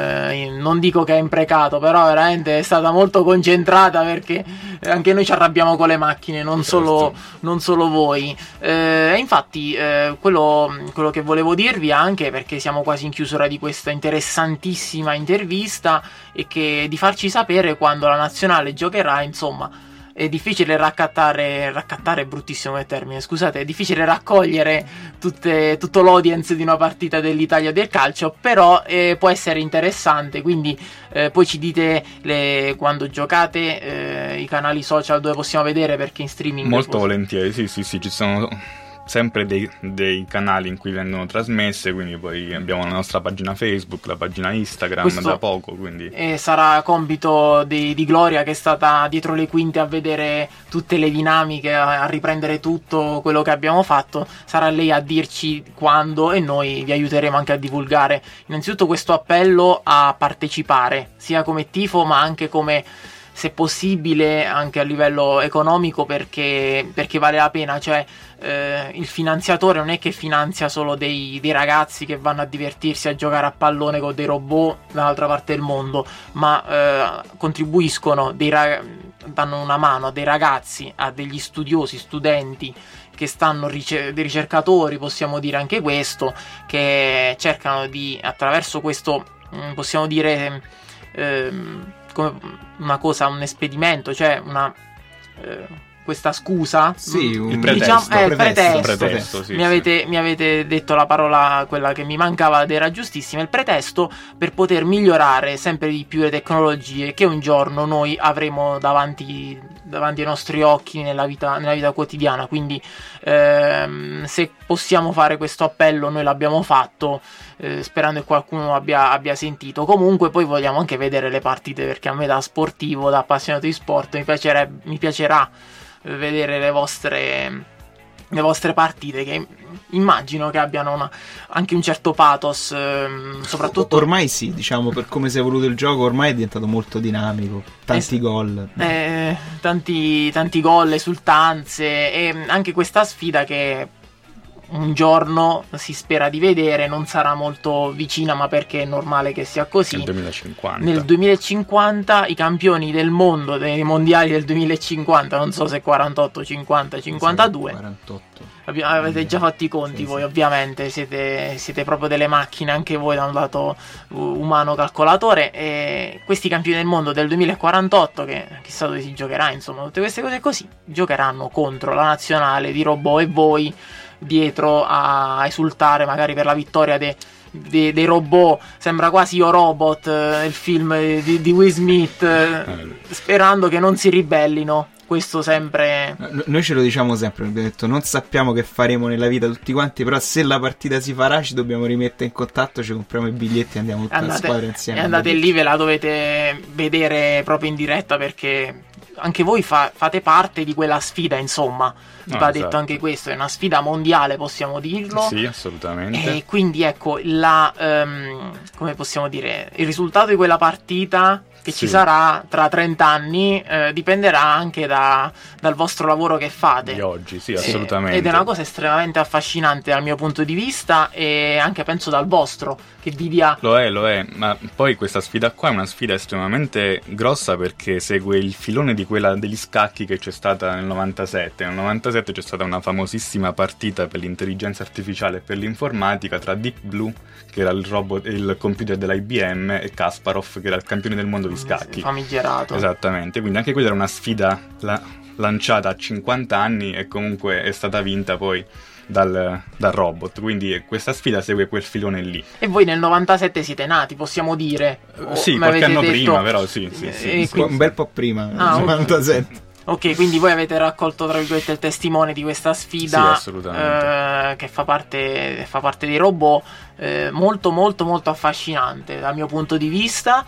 non dico che è imprecato, però veramente è stata molto concentrata, perché anche noi ci arrabbiamo con le macchine, non solo voi. E infatti quello che volevo dirvi anche, perché siamo quasi in chiusura di questa interessantissima intervista, è che di farci sapere quando la nazionale giocherà. Insomma, è difficile raccattare è bruttissimo come termine, scusate, è difficile raccogliere tutto l'audience di una partita dell'Italia del calcio, però può essere interessante. Quindi poi ci dite quando giocate, i canali social dove possiamo vedere, perché in streaming molto volentieri, sì, ci sono sempre dei canali in cui vengono trasmesse, quindi poi abbiamo la nostra pagina Facebook, la pagina Instagram. Questo da poco, quindi sarà compito di Gloria, che è stata dietro le quinte a vedere tutte le dinamiche, a riprendere tutto quello che abbiamo fatto. Sarà lei a dirci quando, e noi vi aiuteremo anche a divulgare innanzitutto questo appello a partecipare, sia come tifo ma anche come, se possibile, anche a livello economico, perché vale la pena. Cioè, il finanziatore non è che finanzia solo dei ragazzi che vanno a divertirsi a giocare a pallone con dei robot dall'altra parte del mondo, ma contribuiscono, danno una mano a dei ragazzi, a degli studenti che stanno, dei ricercatori, possiamo dire anche questo, che cercano di, attraverso questo, possiamo dire, come una cosa, un esperimento, cioè questa scusa, sì, il pretesto, sì, mi avete detto la parola, quella che mi mancava ed era giustissima, il pretesto per poter migliorare sempre di più le tecnologie che un giorno noi avremo davanti ai nostri occhi nella vita quotidiana. Quindi se possiamo fare questo appello, noi l'abbiamo fatto, sperando che qualcuno abbia sentito. Comunque poi vogliamo anche vedere le partite, perché a me, da sportivo, da appassionato di sport, mi piacerà vedere le vostre partite, che immagino che abbiano anche un certo pathos, soprattutto ormai sì, diciamo, per come si è evoluto il gioco, ormai è diventato molto dinamico, tanti gol, tanti gol, esultanze, e anche questa sfida che un giorno si spera di vedere, non sarà molto vicina, ma perché è normale che sia così. Nel 2050 i campioni del mondo dei mondiali del 2050, non so se 48, 50, 52, 48. Avete già fatto i conti voi, ovviamente siete proprio delle macchine anche voi da un lato umano calcolatore, e questi campioni del mondo del 2048, che chissà dove si giocherà, insomma tutte queste cose così, giocheranno contro la nazionale di robot e voi dietro a esultare magari per la vittoria dei robot. Sembra quasi Io Robot, il film di Will Smith, sperando che non si ribellino. Questo sempre. Noi ce lo diciamo sempre, abbiamo detto non sappiamo che faremo nella vita tutti quanti, però se la partita si farà ci dobbiamo rimettere in contatto, ci compriamo i biglietti e andiamo tutta la squadra insieme. E andate lì, ve la dovete vedere proprio in diretta, perché anche voi fate parte di quella sfida, insomma. Va detto anche questo, è una sfida mondiale, possiamo dirlo. Sì, assolutamente. E quindi ecco, come possiamo dire, il risultato di quella partita che ci sarà tra 30 anni dipenderà anche dal vostro lavoro che fate. Di oggi, sì, assolutamente. Ed è una cosa estremamente affascinante dal mio punto di vista, e anche penso dal vostro, che vi dia... Lo è, ma poi questa sfida qua è una sfida estremamente grossa, perché segue il filone di quella degli scacchi che c'è stata nel 97. Nel 97 c'è stata una famosissima partita per l'intelligenza artificiale e per l'informatica tra Deep Blue, che era il computer dell'IBM, e Kasparov, che era il campione del mondo di scacchi. Famigerato. Esattamente, quindi anche quella era una sfida lanciata a 50 anni e comunque è stata vinta poi dal robot, quindi questa sfida segue quel filone lì. E voi nel 97 siete nati, possiamo dire? Sì, qualche anno prima, però sì. Quindi... un bel po' prima, nel 97. Ok, quindi voi avete raccolto, tra virgolette, il testimone di questa sfida, sì, assolutamente. Che fa parte dei robot, molto molto molto affascinante dal mio punto di vista.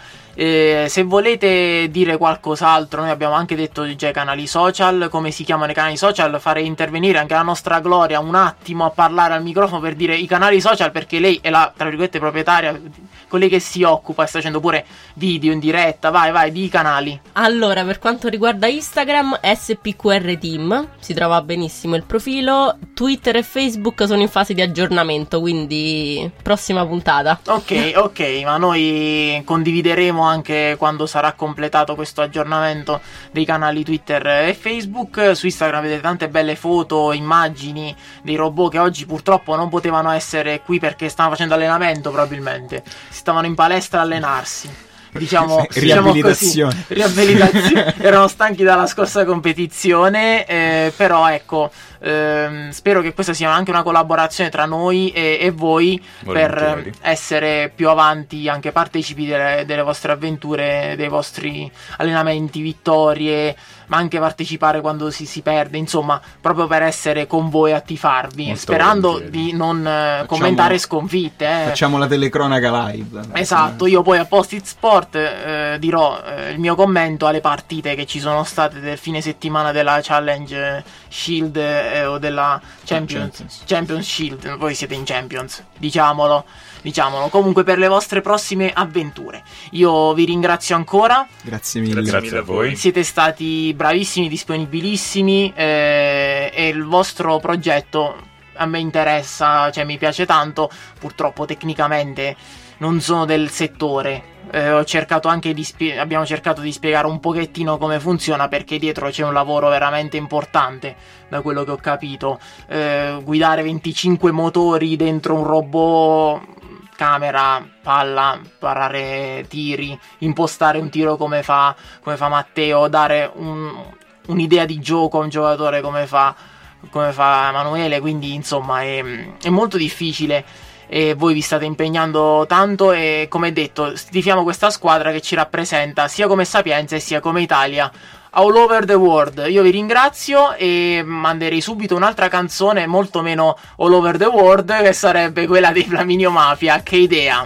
Se volete dire qualcos'altro, noi abbiamo anche detto già i canali social, come si chiamano i canali social, farei intervenire anche la nostra Gloria un attimo a parlare al microfono per dire i canali social, perché lei è la, tra virgolette, proprietaria, colei che si occupa e sta facendo pure video in diretta. Vai, di i canali. Allora, per quanto riguarda Instagram, SPQR Team, si trova benissimo il profilo. Twitter e Facebook sono in fase di aggiornamento, quindi prossima puntata. Ok, ma noi condivideremo anche quando sarà completato questo aggiornamento dei canali Twitter e Facebook. Su Instagram vedete tante belle foto, immagini dei robot che oggi purtroppo non potevano essere qui perché stavano facendo allenamento, probabilmente si stavano in palestra a allenarsi, diciamo riabilitazione. Riabilitazione. Erano stanchi dalla scorsa competizione, però ecco, spero che questa sia anche una collaborazione tra noi e voi. Volentieri. Per essere più avanti anche partecipi delle vostre avventure, dei vostri allenamenti, vittorie, ma anche partecipare quando si perde, insomma, proprio per essere con voi a tifarvi. Molto sperando volentieri di non commentare sconfitte. Facciamo la telecronaca live. Esatto, io poi a Post-it Sport dirò il mio commento alle partite che ci sono state del fine settimana della Challenge Shield o della Champions Shield. Voi siete in Champions, diciamolo. Comunque, per le vostre prossime avventure io vi ringrazio ancora. Grazie mille. Grazie a voi. Siete stati bravissimi, disponibilissimi, e il vostro progetto a me interessa, cioè mi piace tanto. Purtroppo tecnicamente non sono del settore. Abbiamo cercato di spiegare un pochettino come funziona, perché dietro c'è un lavoro veramente importante, da quello che ho capito. Guidare 25 motori dentro un robot, camera, palla, parare tiri, impostare un tiro come fa Matteo, dare un'idea di gioco a un giocatore come fa Emanuele, quindi insomma è molto difficile. E voi vi state impegnando tanto, e come detto tifiamo questa squadra che ci rappresenta sia come Sapienza e sia come Italia all over the world. Io vi ringrazio e manderei subito un'altra canzone molto meno all over the world, che sarebbe quella dei Flaminio Mafia. Che idea!